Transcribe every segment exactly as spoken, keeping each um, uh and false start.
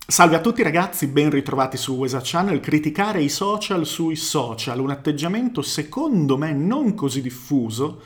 Salve a tutti ragazzi, ben ritrovati su Wesa Channel. Criticare i social sui social, un atteggiamento secondo me non così diffuso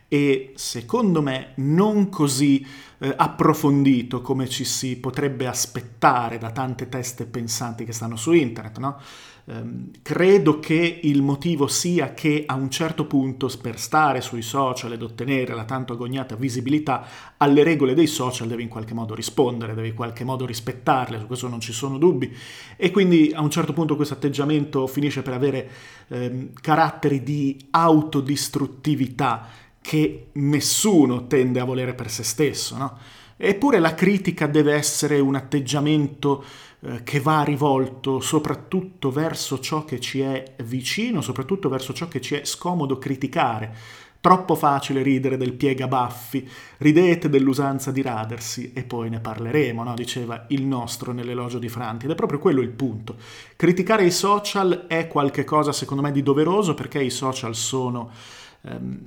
e secondo me non così eh, approfondito come ci si potrebbe aspettare da tante teste pensanti che stanno su internet, no? Ehm, credo che il motivo sia che a un certo punto, per stare sui social ed ottenere la tanto agognata visibilità, alle regole dei social devi in qualche modo rispondere, devi in qualche modo rispettarle, su questo non ci sono dubbi, e quindi a un certo punto questo atteggiamento finisce per avere ehm, caratteri di autodistruttività che nessuno tende a volere per se stesso, no? Eppure la critica deve essere un atteggiamento eh, che va rivolto soprattutto verso ciò che ci è vicino, soprattutto verso ciò che ci è scomodo criticare. Troppo facile ridere del piegabaffi, ridete dell'usanza di radersi e poi ne parleremo, no? Diceva il nostro nell'elogio di Franti, ed è proprio quello il punto. Criticare i social è qualcosa secondo me di doveroso perché i social sono ehm,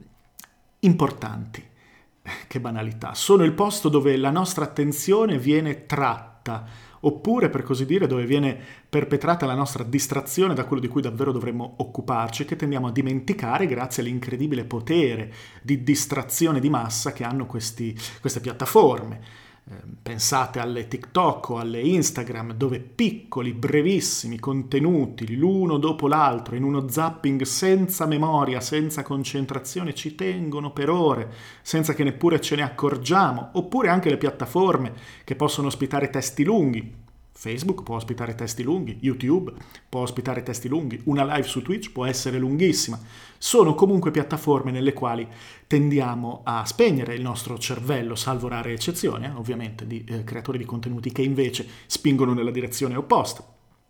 importanti. Che banalità, sono il posto dove la nostra attenzione viene tratta, oppure per così dire dove viene perpetrata la nostra distrazione da quello di cui davvero dovremmo occuparci, che tendiamo a dimenticare grazie all'incredibile potere di distrazione di massa che hanno questi, queste piattaforme. Pensate alle TikTok o alle Instagram, dove piccoli, brevissimi contenuti, l'uno dopo l'altro, in uno zapping senza memoria, senza concentrazione, ci tengono per ore, senza che neppure ce ne accorgiamo. Oppure anche le piattaforme che possono ospitare testi lunghi. Facebook può ospitare testi lunghi, YouTube può ospitare testi lunghi, una live su Twitch può essere lunghissima. Sono comunque piattaforme nelle quali tendiamo a spegnere il nostro cervello, salvo rare eccezioni, eh, ovviamente, di eh, creatori di contenuti che invece spingono nella direzione opposta.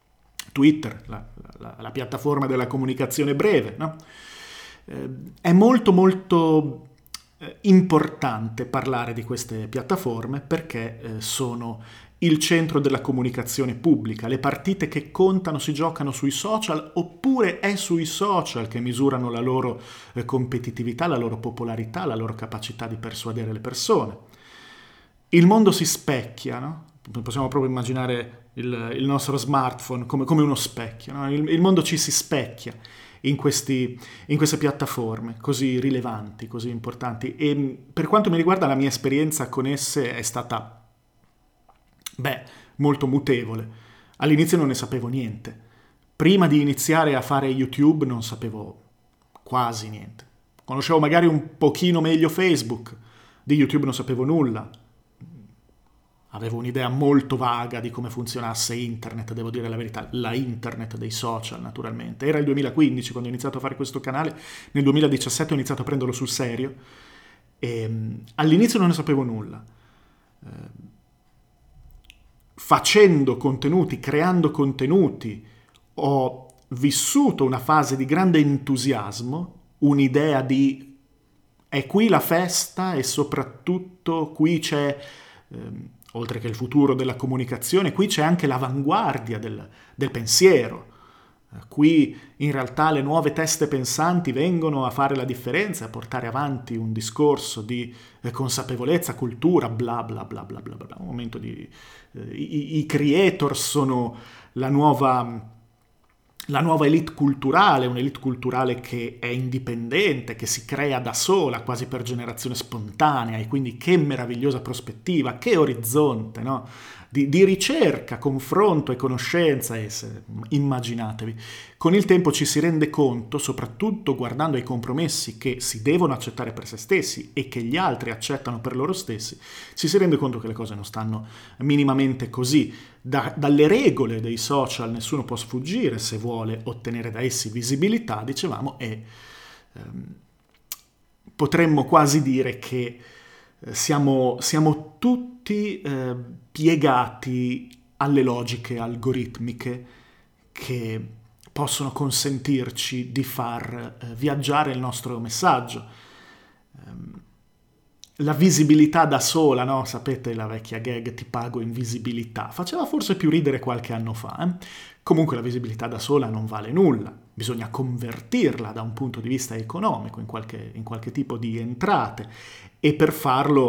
Twitter, la, la, la piattaforma della comunicazione breve, no? Eh, è molto molto eh, importante parlare di queste piattaforme perché eh, sono il centro della comunicazione pubblica. Le partite che contano si giocano sui social, oppure è sui social che misurano la loro eh, competitività, la loro popolarità, la loro capacità di persuadere le persone. Il mondo si specchia, no? Possiamo proprio immaginare il, il nostro smartphone come, come uno specchio, no? il, il mondo ci si specchia in, questi, in queste piattaforme così rilevanti, così importanti, e per quanto mi riguarda la mia esperienza con esse è stata Beh, molto mutevole. All'inizio non ne sapevo niente. Prima di iniziare a fare YouTube non sapevo quasi niente. Conoscevo magari un pochino meglio Facebook, di YouTube non sapevo nulla. Avevo un'idea molto vaga di come funzionasse internet, devo dire la verità, la internet dei social naturalmente. Era il duemilaquindici quando ho iniziato a fare questo canale, nel duemiladiciassette ho iniziato a prenderlo sul serio e um, all'inizio non ne sapevo nulla. Uh, Facendo contenuti, creando contenuti, ho vissuto una fase di grande entusiasmo, un'idea di è qui la festa e soprattutto qui c'è, ehm, oltre che il futuro della comunicazione, qui c'è anche l'avanguardia del, del pensiero. Qui in realtà le nuove teste pensanti vengono a fare la differenza, a portare avanti un discorso di eh, consapevolezza, cultura, bla bla bla bla bla bla. Un momento di... Eh, i, I creator sono la nuova... La nuova elite culturale, un'elite culturale che è indipendente, che si crea da sola, quasi per generazione spontanea, e quindi che meravigliosa prospettiva, che orizzonte, no? Di, di ricerca, confronto e conoscenza, e se, immaginatevi. Con il tempo ci si rende conto, soprattutto guardando ai compromessi che si devono accettare per se stessi e che gli altri accettano per loro stessi, ci si rende conto che le cose non stanno minimamente così. Da, dalle regole dei social nessuno può sfuggire se vuole ottenere da essi visibilità, dicevamo, e ehm, potremmo quasi dire che eh, siamo, siamo tutti eh, piegati alle logiche algoritmiche che possono consentirci di far eh, viaggiare il nostro messaggio. Um, La visibilità da sola, no? Sapete la vecchia gag ti pago in visibilità? Faceva forse più ridere qualche anno fa. Eh? Comunque la visibilità da sola non vale nulla. Bisogna convertirla da un punto di vista economico in qualche, in qualche tipo di entrate e per farlo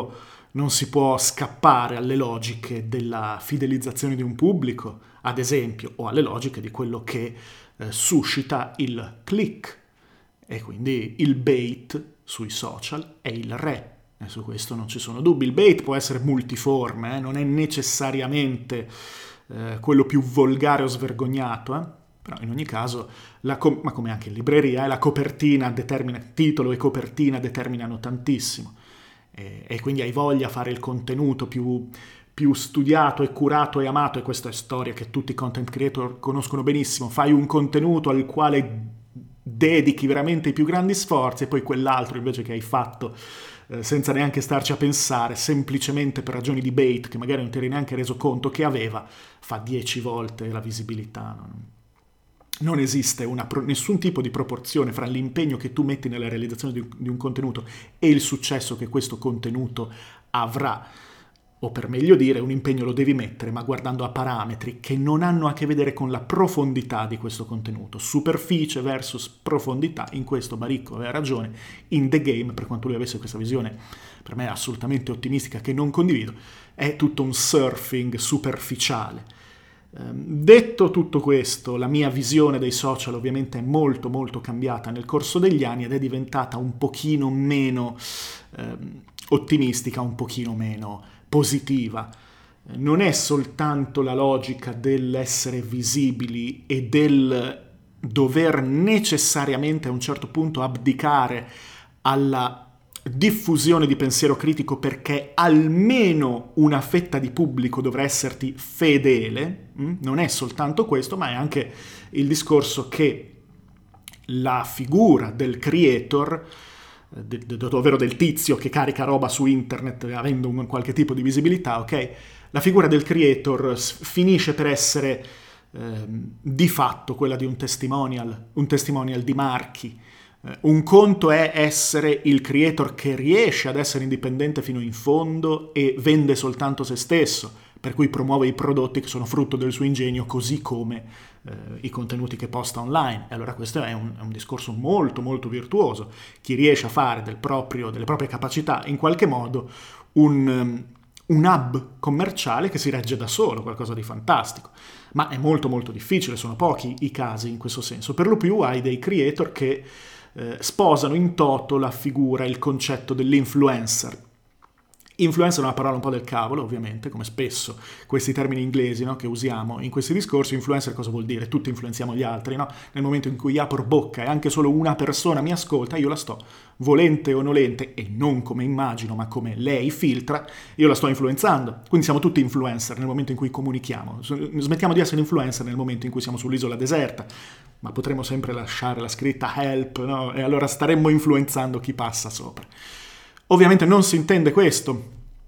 non si può scappare alle logiche della fidelizzazione di un pubblico, ad esempio, o alle logiche di quello che eh, suscita il click, e quindi il bait sui social è il re, e su questo non ci sono dubbi. Il bait può essere multiforme, eh? non è necessariamente eh, quello più volgare o svergognato, eh? Però in ogni caso, la com- ma come anche in libreria, eh, la copertina determina, titolo e copertina determinano tantissimo, e, e quindi hai voglia a fare il contenuto più, più studiato e curato e amato, e questa è storia che tutti i content creator conoscono benissimo. Fai un contenuto al quale dedichi veramente i più grandi sforzi, e poi quell'altro invece che hai fatto eh, senza neanche starci a pensare, semplicemente per ragioni di bait che magari non ti eri neanche reso conto che aveva, fa dieci volte la visibilità. No? Non esiste una pro- nessun tipo di proporzione fra l'impegno che tu metti nella realizzazione di un, di un contenuto e il successo che questo contenuto avrà. O per meglio dire, un impegno lo devi mettere, ma guardando a parametri che non hanno a che vedere con la profondità di questo contenuto. Superficie versus profondità, in questo Baricco aveva ragione. In The Game, per quanto lui avesse questa visione per me assolutamente ottimistica che non condivido, è tutto un surfing superficiale. Detto tutto questo, la mia visione dei social ovviamente è molto molto cambiata nel corso degli anni ed è diventata un pochino meno ehm, ottimistica, un pochino meno positiva. Non è soltanto la logica dell'essere visibili e del dover necessariamente a un certo punto abdicare alla diffusione di pensiero critico perché almeno una fetta di pubblico dovrà esserti fedele. Non è soltanto questo, ma è anche il discorso che la figura del creator, de, de, ovvero del tizio che carica roba su internet avendo un qualche tipo di visibilità, ok? La figura del creator finisce per essere eh, di fatto quella di un testimonial, un testimonial di marchi. Un conto è essere il creator che riesce ad essere indipendente fino in fondo e vende soltanto se stesso, per cui promuove i prodotti che sono frutto del suo ingegno, così come eh, i contenuti che posta online. E allora questo è un, è un discorso molto molto virtuoso. Chi riesce a fare del proprio, delle proprie capacità in qualche modo un, um, un hub commerciale che si regge da solo, qualcosa di fantastico. Ma è molto molto difficile, sono pochi i casi in questo senso. Per lo più hai dei creator che Eh, sposano in toto la figura, il concetto dell'influencer. Influencer è una parola un po' del cavolo, ovviamente, come spesso questi termini inglesi, no, che usiamo in questi discorsi. Influencer cosa vuol dire? Tutti influenziamo gli altri, no? Nel momento in cui apro bocca e anche solo una persona mi ascolta, io la sto, volente o nolente, e non come immagino, ma come lei filtra, io la sto influenzando. Quindi siamo tutti influencer nel momento in cui comunichiamo. Smettiamo di essere influencer nel momento in cui siamo sull'isola deserta, ma potremo sempre lasciare la scritta help, no? E allora staremmo influenzando chi passa sopra. Ovviamente non si intende questo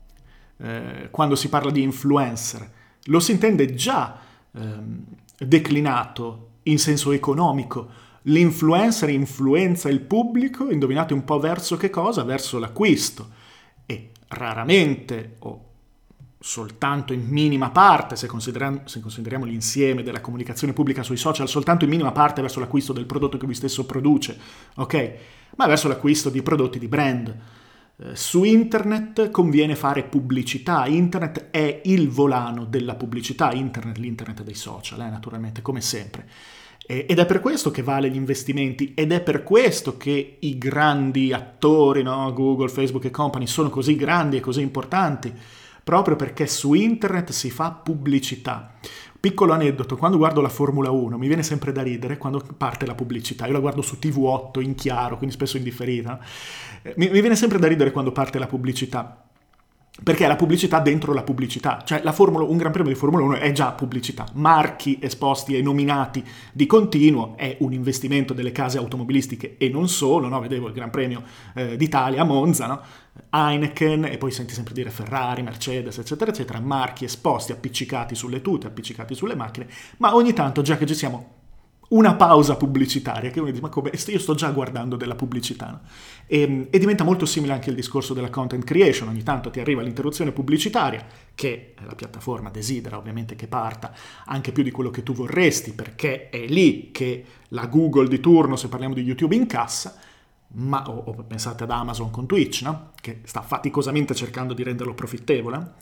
eh, quando si parla di influencer, lo si intende già ehm, declinato in senso economico. L'influencer influenza il pubblico, indovinate un po' verso che cosa? Verso l'acquisto, e raramente o soltanto in minima parte, se consideriamo, se consideriamo l'insieme della comunicazione pubblica sui social, soltanto in minima parte verso l'acquisto del prodotto che lui stesso produce, ok? Ma verso l'acquisto di prodotti di brand. Su internet conviene fare pubblicità. Internet è il volano della pubblicità, internet, l'internet dei social, eh, naturalmente, come sempre. E, ed è per questo che vale gli investimenti, ed è per questo che i grandi attori, no? Google, Facebook e company, sono così grandi e così importanti, proprio perché su internet si fa pubblicità. Piccolo aneddoto, quando guardo la Formula uno mi viene sempre da ridere quando parte la pubblicità. Io la guardo su T V otto in chiaro, quindi spesso in differita. Mi, mi viene sempre da ridere quando parte la pubblicità, perché è la pubblicità dentro la pubblicità. Cioè la Formula, un Gran Premio di Formula uno è già pubblicità. Marchi esposti e nominati di continuo, è un investimento delle case automobilistiche e non solo, no? Vedevo il Gran Premio eh, d'Italia a Monza, no? Heineken, e poi senti sempre dire Ferrari, Mercedes, eccetera, eccetera, marchi esposti, appiccicati sulle tute, appiccicati sulle macchine, ma ogni tanto, già che ci siamo, una pausa pubblicitaria, che uno dice, ma come, io sto già guardando della pubblicità, no? e, e diventa molto simile anche il discorso della content creation. Ogni tanto ti arriva l'interruzione pubblicitaria, che la piattaforma desidera ovviamente che parta anche più di quello che tu vorresti, perché è lì che la Google di turno, se parliamo di YouTube, incassa. ma, o, o pensate ad Amazon con Twitch, no? Che sta faticosamente cercando di renderlo profittevole.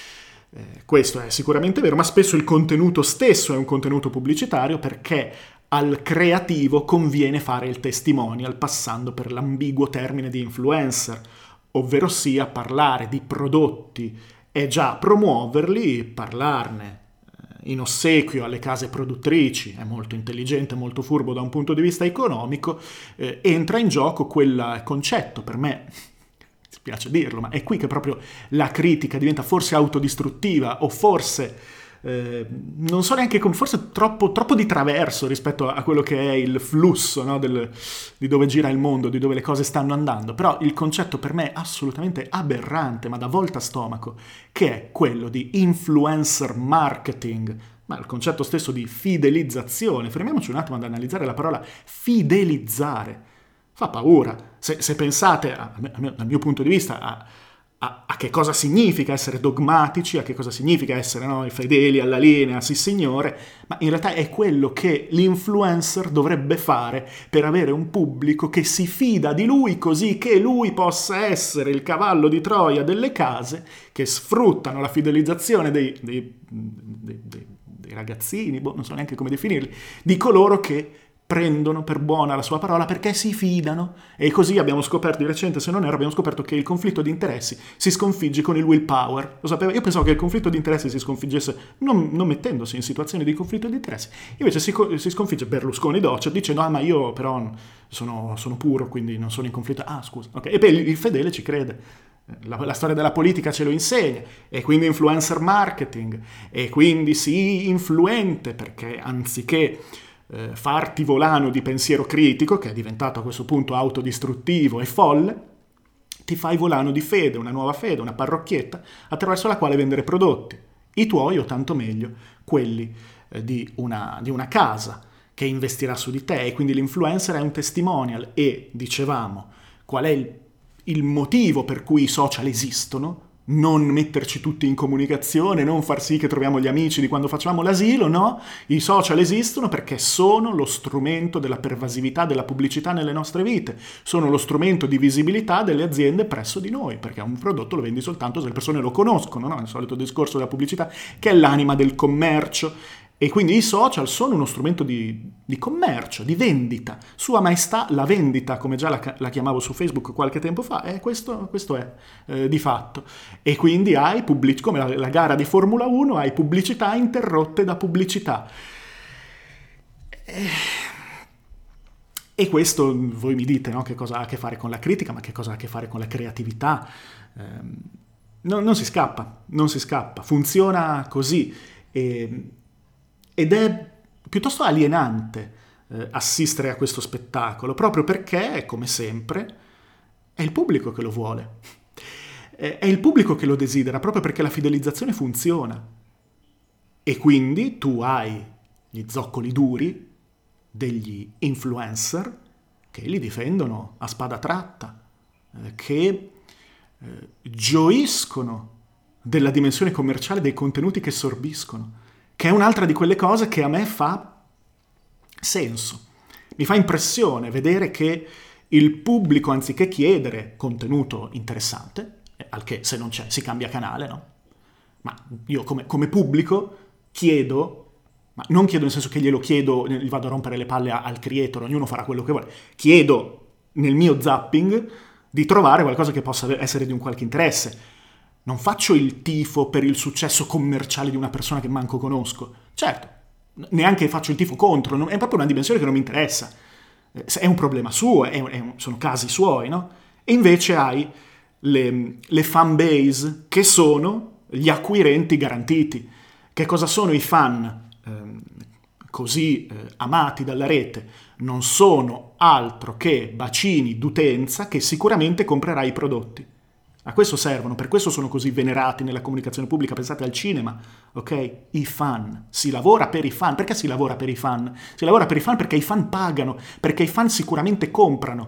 Eh, questo è sicuramente vero, ma spesso il contenuto stesso è un contenuto pubblicitario perché al creativo conviene fare il testimonial passando per l'ambiguo termine di influencer, ovvero sia parlare di prodotti e già promuoverli, parlarne in ossequio alle case produttrici, è molto intelligente, molto furbo da un punto di vista economico, eh, entra in gioco quel concetto, per me, spiace dirlo, ma è qui che proprio la critica diventa forse autodistruttiva o forse, eh, non so neanche come, forse troppo, troppo di traverso rispetto a quello che è il flusso, no, del, di dove gira il mondo, di dove le cose stanno andando. Però il concetto per me è assolutamente aberrante, ma da volta stomaco, che è quello di influencer marketing, ma il concetto stesso di fidelizzazione. Fermiamoci un attimo ad analizzare la parola fidelizzare. Fa paura. Se, se pensate, a, a mio, dal mio punto di vista, a, a, a che cosa significa essere dogmatici, a che cosa significa essere, no, fedeli alla linea, sì signore, ma in realtà è quello che l'influencer dovrebbe fare per avere un pubblico che si fida di lui, così che lui possa essere il cavallo di Troia delle case che sfruttano la fidelizzazione dei, dei, dei, dei, dei ragazzini, boh, non so neanche come definirli, di coloro che prendono per buona la sua parola perché si fidano. E così abbiamo scoperto di recente, se non erro, abbiamo scoperto che il conflitto di interessi si sconfigge con il willpower. Lo sapevo? Io pensavo che il conflitto di interessi si sconfiggesse non, non mettendosi in situazioni di conflitto di interessi. Invece si, si sconfigge Berlusconi doccia dicendo: ah, ma io però sono, sono puro, quindi non sono in conflitto. Ah, scusa. Okay. E poi il, il fedele ci crede. La, la storia della politica ce lo insegna, e quindi influencer marketing, e quindi sii influente, perché anziché Eh, farti volano di pensiero critico, che è diventato a questo punto autodistruttivo e folle, ti fai volano di fede, una nuova fede, una parrocchietta attraverso la quale vendere prodotti, i tuoi o tanto meglio quelli eh, di, una, di una casa che investirà su di te. E quindi l'influencer è un testimonial. E dicevamo, qual è il, il motivo per cui i social esistono? Non metterci tutti in comunicazione, non far sì che troviamo gli amici di quando facevamo l'asilo, no? I social esistono perché sono lo strumento della pervasività della pubblicità nelle nostre vite, sono lo strumento di visibilità delle aziende presso di noi, perché un prodotto lo vendi soltanto se le persone lo conoscono, no? Il solito discorso della pubblicità, che è l'anima del commercio. E quindi i social sono uno strumento di, di commercio, di vendita. Sua Maestà la vendita, come già la, la chiamavo su Facebook qualche tempo fa, eh, questo, questo è eh, di fatto. E quindi hai, pubblic- come la, la gara di Formula uno, hai pubblicità interrotte da pubblicità. E, e questo, voi mi dite, no? Che cosa ha a che fare con la critica, ma che cosa ha a che fare con la creatività? Eh, no, non si scappa, non si scappa. Funziona così. E, Ed è piuttosto alienante eh, assistere a questo spettacolo, proprio perché, come sempre, è il pubblico che lo vuole. È il pubblico che lo desidera, proprio perché la fidelizzazione funziona. E quindi tu hai gli zoccoli duri degli influencer che li difendono a spada tratta, eh, che eh, gioiscono della dimensione commerciale dei contenuti che sorbiscono, che è un'altra di quelle cose che a me fa senso. Mi fa impressione vedere che il pubblico, anziché chiedere contenuto interessante, al che se non c'è si cambia canale, no? Ma io come, come pubblico chiedo, ma non chiedo nel senso che glielo chiedo, gli vado a rompere le palle al creator, ognuno farà quello che vuole, chiedo nel mio zapping di trovare qualcosa che possa essere di un qualche interesse. Non faccio il tifo per il successo commerciale di una persona che manco conosco. Certo, neanche faccio il tifo contro, è proprio una dimensione che non mi interessa. È un problema suo, è un, sono casi suoi, no? E invece hai le, le fan base che sono gli acquirenti garantiti. Che cosa sono i fan eh, così eh, amati dalla rete? Non sono altro che bacini d'utenza che sicuramente comprerai i prodotti. A questo servono, per questo sono così venerati nella comunicazione pubblica. Pensate al cinema, ok? I fan, si lavora per i fan. Perché si lavora per i fan? Si lavora per i fan perché i fan pagano, perché i fan sicuramente comprano.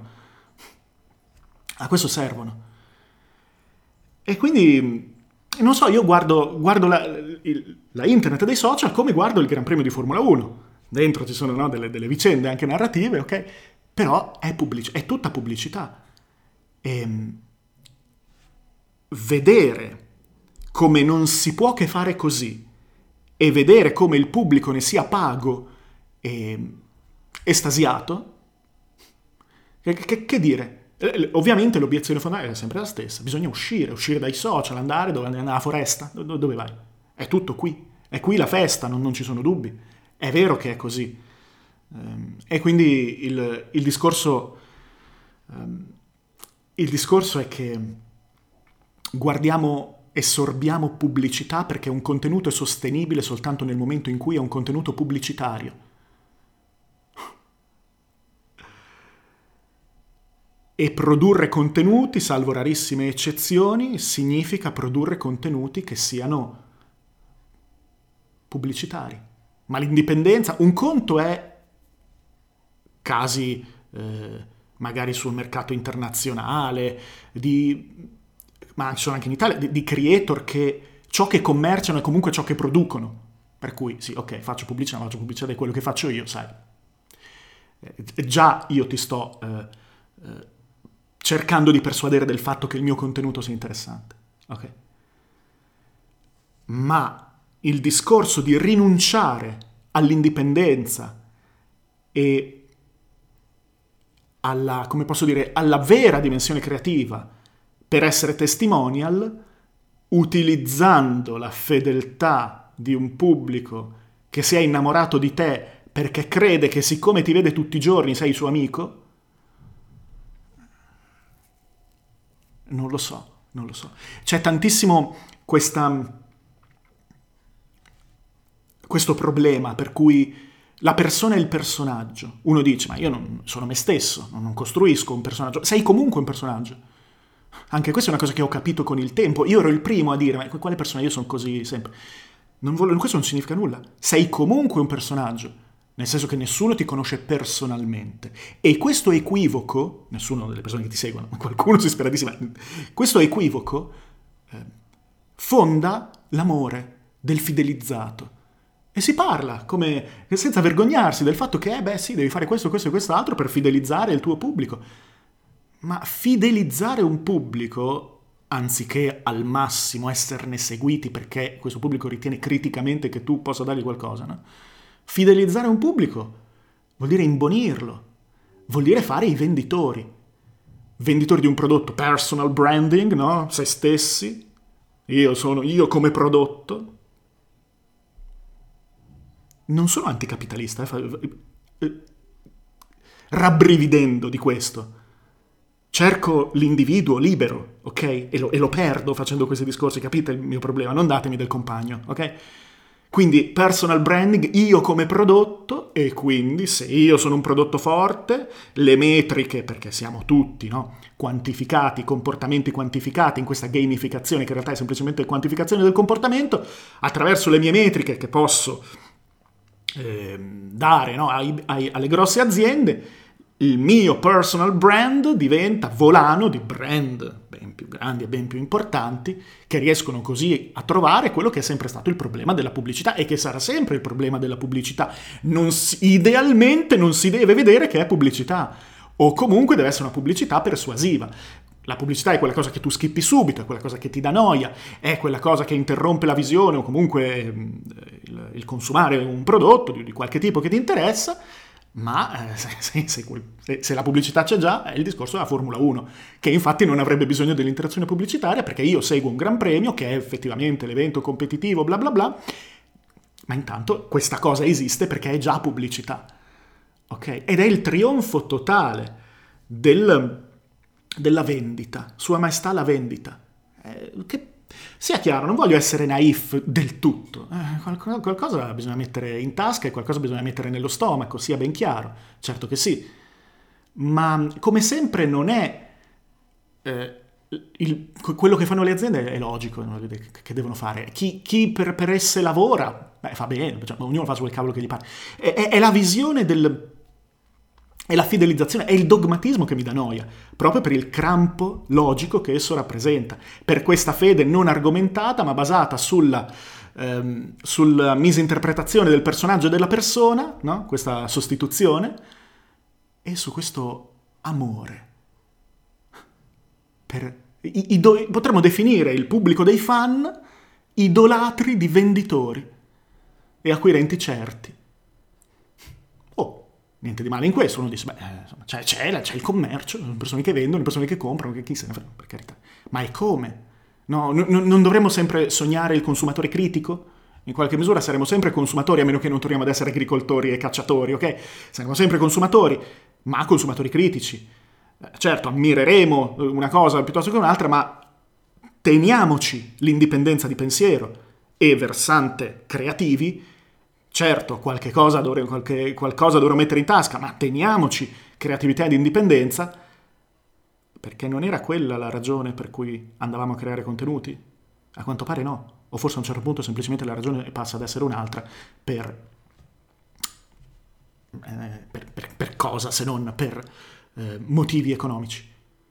A questo servono. E quindi, non so, io guardo, guardo la, il, la internet dei social come guardo il Gran Premio di Formula uno. Dentro ci sono, no, delle, delle vicende anche narrative, ok? però è, pubblic- è tutta pubblicità. E vedere come non si può che fare così e vedere come il pubblico ne sia pago e estasiato, che, che, che dire? Ovviamente l'obiezione fondale è sempre la stessa, bisogna uscire, uscire dai social, andare dove andare alla foresta, dove vai? È tutto qui, è qui la festa, non, non ci sono dubbi, è vero che è così. Um, e quindi il, il discorso um, il discorso è che guardiamo e sorbiamo pubblicità perché un contenuto è sostenibile soltanto nel momento in cui è un contenuto pubblicitario. E produrre contenuti, salvo rarissime eccezioni, significa produrre contenuti che siano pubblicitari. Ma l'indipendenza, un conto è casi eh, magari sul mercato internazionale, di, ma ci sono anche in Italia, di, di creator che ciò che commerciano è comunque ciò che producono. Per cui sì, ok, faccio pubblicità, faccio pubblicità di quello che faccio io, sai. Eh, già io ti sto eh, eh, cercando di persuadere del fatto che il mio contenuto sia interessante, ok? Ma il discorso di rinunciare all'indipendenza e alla, come posso dire, alla vera dimensione creativa per essere testimonial, utilizzando la fedeltà di un pubblico che si è innamorato di te perché crede che siccome ti vede tutti i giorni sei suo amico, non lo so, non lo so. C'è tantissimo questa, questo problema per cui la persona è il personaggio. Uno dice, ma io non sono me stesso, non costruisco un personaggio. Sei comunque un personaggio. Anche questa è una cosa che ho capito con il tempo. Io ero il primo a dire, ma quale persona? Io sono così sempre. Non voglio, questo non significa nulla. Sei comunque un personaggio. Nel senso che nessuno ti conosce personalmente. E questo equivoco, nessuno delle persone che ti seguono, qualcuno si spera di sì, ma questo equivoco eh, fonda l'amore del fidelizzato. E si parla, come senza vergognarsi del fatto che, eh beh sì, devi fare questo, questo e quest'altro per fidelizzare il tuo pubblico. Ma fidelizzare un pubblico, anziché al massimo esserne seguiti perché questo pubblico ritiene criticamente che tu possa dargli qualcosa, no? Fidelizzare un pubblico vuol dire imbonirlo, vuol dire fare i venditori. Venditori di un prodotto, personal branding, no? Se stessi, io sono io come prodotto. Non sono anticapitalista, eh, rabbrividendo di questo. Cerco l'individuo libero, ok? E lo, e lo perdo facendo questi discorsi, capite il mio problema? Non datemi del compagno, ok? Quindi personal branding, io come prodotto, e quindi se io sono un prodotto forte, le metriche, perché siamo tutti, no? Quantificati, comportamenti quantificati in questa gamificazione, che in realtà è semplicemente quantificazione del comportamento, attraverso le mie metriche che posso eh, dare, no? ai, ai, alle grosse aziende, il mio personal brand diventa volano di brand ben più grandi e ben più importanti che riescono così a trovare quello che è sempre stato il problema della pubblicità e che sarà sempre il problema della pubblicità. Non si, idealmente non si deve vedere che è pubblicità o comunque deve essere una pubblicità persuasiva. La pubblicità è quella cosa che tu skippi subito, è quella cosa che ti dà noia, è quella cosa che interrompe la visione o comunque il, il consumare un prodotto di, di qualche tipo che ti interessa. Ma eh, se, se, se, se la pubblicità c'è già, è il discorso della Formula uno, che infatti non avrebbe bisogno dell'interazione pubblicitaria perché io seguo un Gran Premio che è effettivamente l'evento competitivo bla bla bla, ma intanto questa cosa esiste perché è già pubblicità, ok? Ed è il trionfo totale del, della vendita, Sua Maestà la vendita, eh, che sia chiaro, non voglio essere naif del tutto, eh, qualcosa, qualcosa bisogna mettere in tasca e qualcosa bisogna mettere nello stomaco, sia ben chiaro, certo che sì, ma come sempre non è eh, il, quello che fanno le aziende è logico, no? Che devono fare, chi, chi per, per esse lavora, beh, fa bene, cioè, ognuno fa su quel cavolo che gli pare, è, è, è la visione del... è la fidelizzazione, è il dogmatismo che mi dà noia, proprio per il crampo logico che esso rappresenta, per questa fede non argomentata ma basata sulla, ehm, sulla misinterpretazione del personaggio e della persona, no? Questa sostituzione, e su questo amore. Per, i, i, do, potremmo definire il pubblico dei fan idolatri di venditori e acquirenti certi. Oh, niente di male in questo, uno dice, beh, insomma, c'è, c'è, c'è il commercio, le persone che vendono, le persone che comprano, che chi se ne frega, per carità. Ma è come? No, n- non dovremmo sempre sognare il consumatore critico? In qualche misura saremo sempre consumatori, a meno che non torniamo ad essere agricoltori e cacciatori, ok? Saremo sempre consumatori, ma consumatori critici. Eh, certo, ammireremo una cosa piuttosto che un'altra, ma teniamoci l'indipendenza di pensiero e versante creativi. Certo, qualche cosa dovrò, qualche, qualcosa dovrò mettere in tasca, ma teniamoci creatività ed indipendenza, perché non era quella la ragione per cui andavamo a creare contenuti? A quanto pare no. O forse a un certo punto semplicemente la ragione passa ad essere un'altra per, eh, per, per, per cosa se non per eh, motivi economici.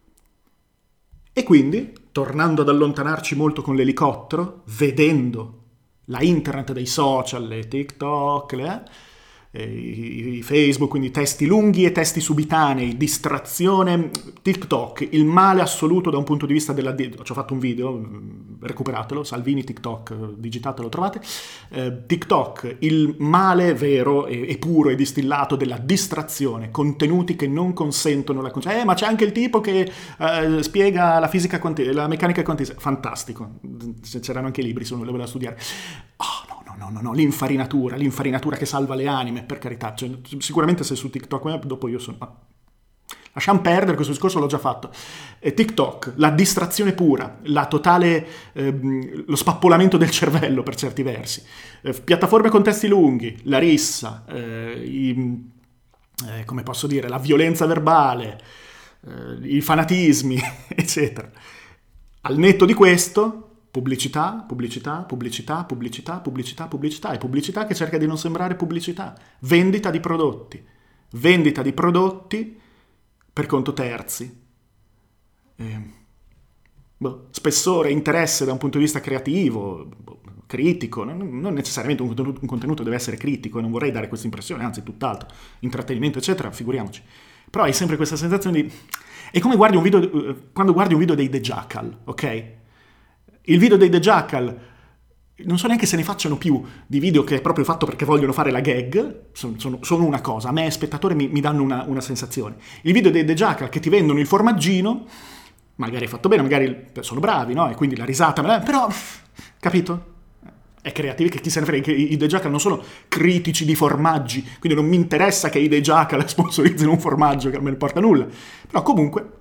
E quindi, tornando ad allontanarci molto con l'elicottero, vedendo la internet dei social, le TikTok, le, eh, i, i Facebook, quindi testi lunghi e testi subitanei, distrazione, TikTok, il male assoluto da un punto di vista della... Ci ho fatto un video, recuperatelo, Salvini TikTok, digitate lo trovate. Eh, TikTok, il male vero e, e puro e distillato della distrazione, contenuti che non consentono la... Eh, ma c'è anche il tipo che eh, spiega la fisica quantistica, la meccanica quantistica. Fantastico, c'erano anche i libri se uno li voleva studiare. Oh, no, no, no, no, no, l'infarinatura, l'infarinatura che salva le anime, per carità. Cioè, sicuramente se su TikTok, dopo io sono... Ah, lasciamo perdere, questo discorso l'ho già fatto. E TikTok, la distrazione pura, la totale, ehm, lo spappolamento del cervello per certi versi. Eh, piattaforme con testi lunghi, la rissa, eh, i, eh, come posso dire, la violenza verbale, eh, i fanatismi, eccetera. Al netto di questo... Pubblicità, pubblicità, pubblicità, pubblicità, pubblicità, pubblicità e pubblicità che cerca di non sembrare pubblicità. Vendita di prodotti. Vendita di prodotti per conto terzi. Eh, boh, spessore, interesse da un punto di vista creativo, boh, critico. Non, non necessariamente un contenuto, un contenuto deve essere critico, non vorrei dare questa impressione, anzi tutt'altro. Intrattenimento, eccetera, figuriamoci. Però hai sempre questa sensazione di... È come guardi un video, quando guardi un video dei The Jackal, ok? Il video dei The Jackal, non so neanche se ne facciano più di video che è proprio fatto perché vogliono fare la gag, sono, sono, sono una cosa, a me spettatore mi, mi danno una, una sensazione. Il video dei The Jackal che ti vendono il formaggino, magari è fatto bene, magari sono bravi, no? E quindi la risata, però, capito? È creativo, che chi se ne frega, che i The Jackal non sono critici di formaggi, quindi non mi interessa che i The Jackal sponsorizzino un formaggio che non me ne porta nulla, però comunque...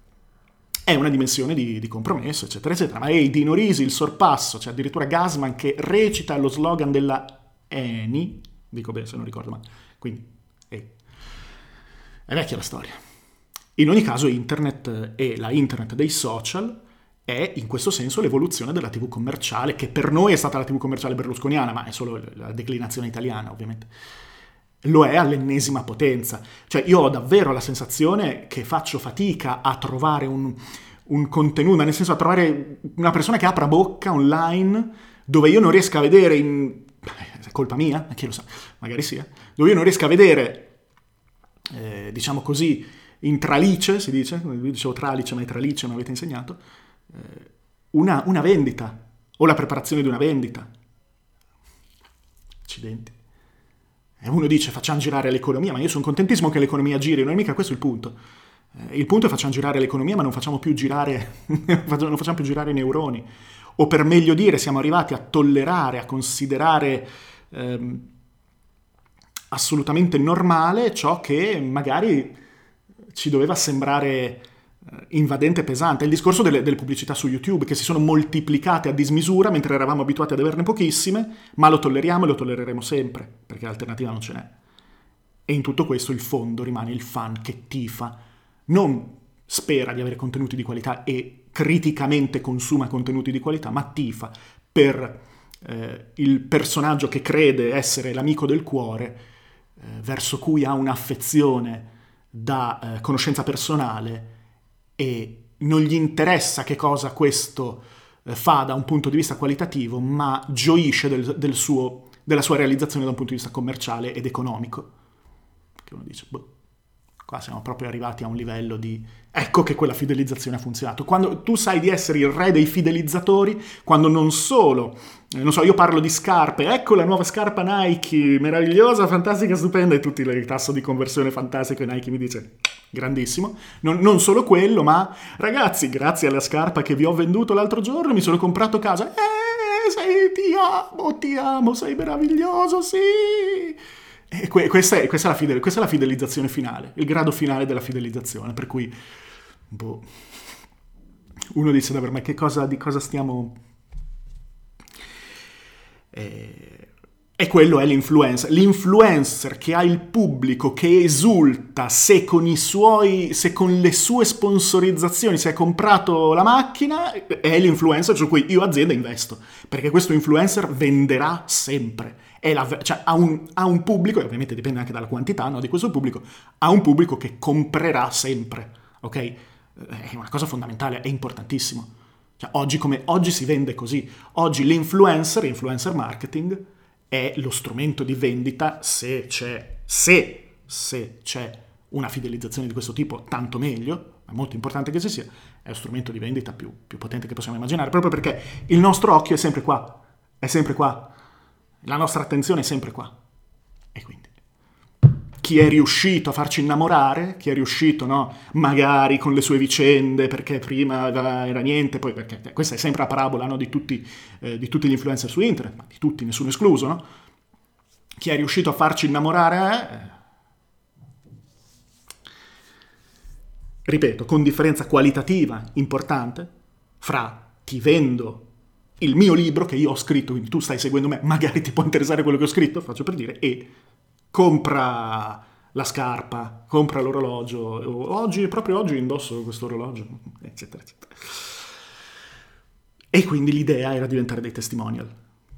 è una dimensione di, di compromesso, eccetera, eccetera. Ma è Dino Risi, il sorpasso, c'è addirittura Gasman che recita lo slogan della Eni, dico bene se non ricordo male, quindi è, è vecchia la storia. In ogni caso internet e la internet dei social è in questo senso l'evoluzione della tivù commerciale, che per noi è stata la tivù commerciale berlusconiana, ma è solo la declinazione italiana, ovviamente. Lo è all'ennesima potenza. Cioè io ho davvero la sensazione che faccio fatica a trovare un, un contenuto, ma nel senso a trovare una persona che apra bocca online dove io non riesca a vedere in... è colpa mia? Chi lo sa? Magari sia. Dove io non riesca a vedere, eh, diciamo così, in tralice, si dice, io dicevo tralice, ma è tralice, mi avete insegnato, eh, una, una vendita o la preparazione di una vendita. Accidenti. E uno dice facciamo girare l'economia, ma io sono contentissimo che l'economia giri, non è mica questo il punto. Eh, il punto è facciamo girare l'economia, ma non facciamo più girare, non facciamo più girare i neuroni. O per meglio dire, siamo arrivati a tollerare, a considerare ehm, assolutamente normale ciò che magari ci doveva sembrare invadente e pesante. È il discorso delle, delle pubblicità su YouTube che si sono moltiplicate a dismisura mentre eravamo abituati ad averne pochissime, ma lo tolleriamo e lo tollereremo sempre perché l'alternativa non ce n'è. E in tutto questo il fondo rimane il fan che tifa, non spera di avere contenuti di qualità e criticamente consuma contenuti di qualità, ma tifa per eh, il personaggio che crede essere l'amico del cuore, eh, verso cui ha un'affezione da eh, conoscenza personale, e non gli interessa che cosa questo eh, fa da un punto di vista qualitativo, ma gioisce del, del suo, della sua realizzazione da un punto di vista commerciale ed economico. Che uno dice, boh, qua siamo proprio arrivati a un livello di... Ecco che quella fidelizzazione ha funzionato. Quando tu sai di essere il re dei fidelizzatori, quando non solo, eh, non so, io parlo di scarpe, ecco la nuova scarpa Nike, meravigliosa, fantastica, stupenda, e tutti il tasso di conversione fantastico, e Nike mi dice, grandissimo. Non, non solo quello, ma ragazzi, grazie alla scarpa che vi ho venduto l'altro giorno, mi sono comprato casa. Eh, sei, ti amo, ti amo, sei meraviglioso, sì! E que- questa, è, questa, è la fidel- questa è la fidelizzazione finale, il grado finale della fidelizzazione, per cui boh, uno dice davvero, ma che cosa, di cosa stiamo... E, e quello è l'influencer, l'influencer che ha il pubblico che esulta se con i suoi, se con le sue sponsorizzazioni si è comprato la macchina, è l'influencer su cui io azienda investo, perché questo influencer venderà sempre. È la, cioè, ha, un, ha un pubblico, e ovviamente dipende anche dalla quantità, no, di questo pubblico, ha un pubblico che comprerà sempre, ok? È una cosa fondamentale, è importantissimo. Cioè, oggi, come, oggi si vende così. Oggi l'influencer, influencer marketing, è lo strumento di vendita se c'è, se, se c'è una fidelizzazione di questo tipo, tanto meglio, è molto importante che ci sia, è lo strumento di vendita più, più potente che possiamo immaginare, proprio perché il nostro occhio è sempre qua, è sempre qua. La nostra attenzione è sempre qua. E quindi chi è riuscito a farci innamorare, chi è riuscito, no, magari con le sue vicende, perché prima era niente, poi perché questa è sempre la parabola, no, di tutti, eh, di tutti gli influencer su internet, ma di tutti, nessuno escluso, no? Chi è riuscito a farci innamorare, eh, ripeto, con differenza qualitativa importante fra ti vendo il mio libro che io ho scritto, quindi tu stai seguendo me, magari ti può interessare quello che ho scritto, faccio per dire, e compra la scarpa, compra l'orologio, oggi, proprio oggi indosso questo orologio, eccetera, eccetera. E quindi l'idea era diventare dei testimonial.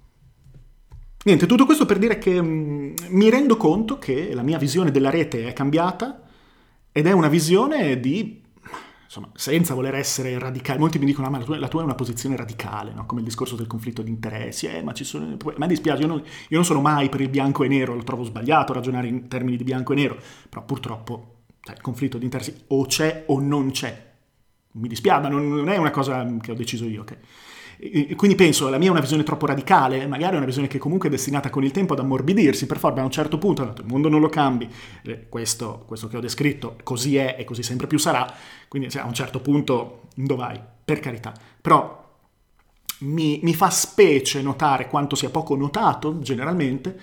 Niente, tutto questo per dire che mh, mi rendo conto che la mia visione della rete è cambiata ed è una visione di... Insomma, senza voler essere radicale, molti mi dicono, ah, ma la tua, la tua è una posizione radicale, no? Come il discorso del conflitto di interessi, eh, ma ci sono... A me dispiace, io non, io non sono mai per il bianco e nero, lo trovo sbagliato ragionare in termini di bianco e nero, però purtroppo cioè, il conflitto di interessi o c'è o non c'è. Mi dispiace, ma non, non è una cosa che ho deciso io, ok? E quindi penso, la mia è una visione troppo radicale, magari è una visione che comunque è destinata con il tempo ad ammorbidirsi, per forza a un certo punto il mondo non lo cambi, questo, questo che ho descritto così è e così sempre più sarà, quindi cioè, a un certo punto dove vai? Per carità. Però mi, mi fa specie notare quanto sia poco notato generalmente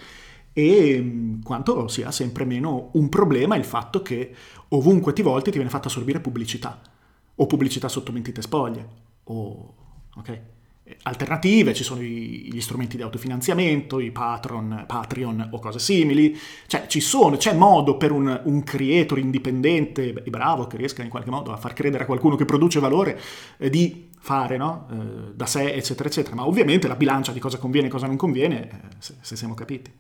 e quanto sia sempre meno un problema il fatto che ovunque ti volti ti viene fatta assorbire pubblicità, o pubblicità sotto mentite spoglie, o... ok? Alternative, ci sono i, gli strumenti di autofinanziamento, i Patreon, Patreon o cose simili, cioè ci sono, c'è modo per un, un creator indipendente e bravo che riesca in qualche modo a far credere a qualcuno che produce valore eh, di fare, no? eh, da sé eccetera eccetera, ma ovviamente la bilancia di cosa conviene e cosa non conviene, eh, se, se siamo capiti.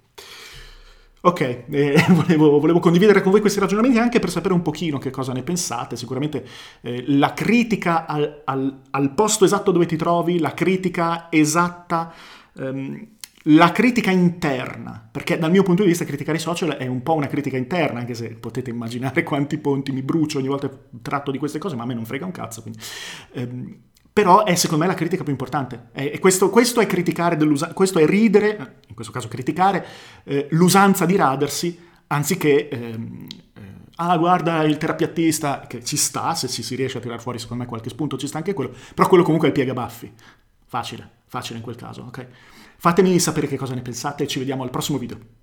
Ok, eh, volevo, volevo condividere con voi questi ragionamenti anche per sapere un pochino che cosa ne pensate. Sicuramente eh, la critica al, al, al posto esatto dove ti trovi, la critica esatta, ehm, la critica interna, perché dal mio punto di vista criticare i social è un po' una critica interna, anche se potete immaginare quanti ponti mi brucio ogni volta che tratto di queste cose, ma a me non frega un cazzo, quindi... Ehm, però è secondo me la critica più importante. E questo, questo è criticare dell'usanza, questo è ridere, in questo caso criticare, eh, l'usanza di radersi, anziché ehm, eh, ah guarda il terapeutista, che ci sta, se ci si riesce a tirare fuori secondo me qualche spunto ci sta anche quello, però quello comunque è il piegabaffi. Facile, facile in quel caso, ok? Fatemi sapere che cosa ne pensate e ci vediamo al prossimo video.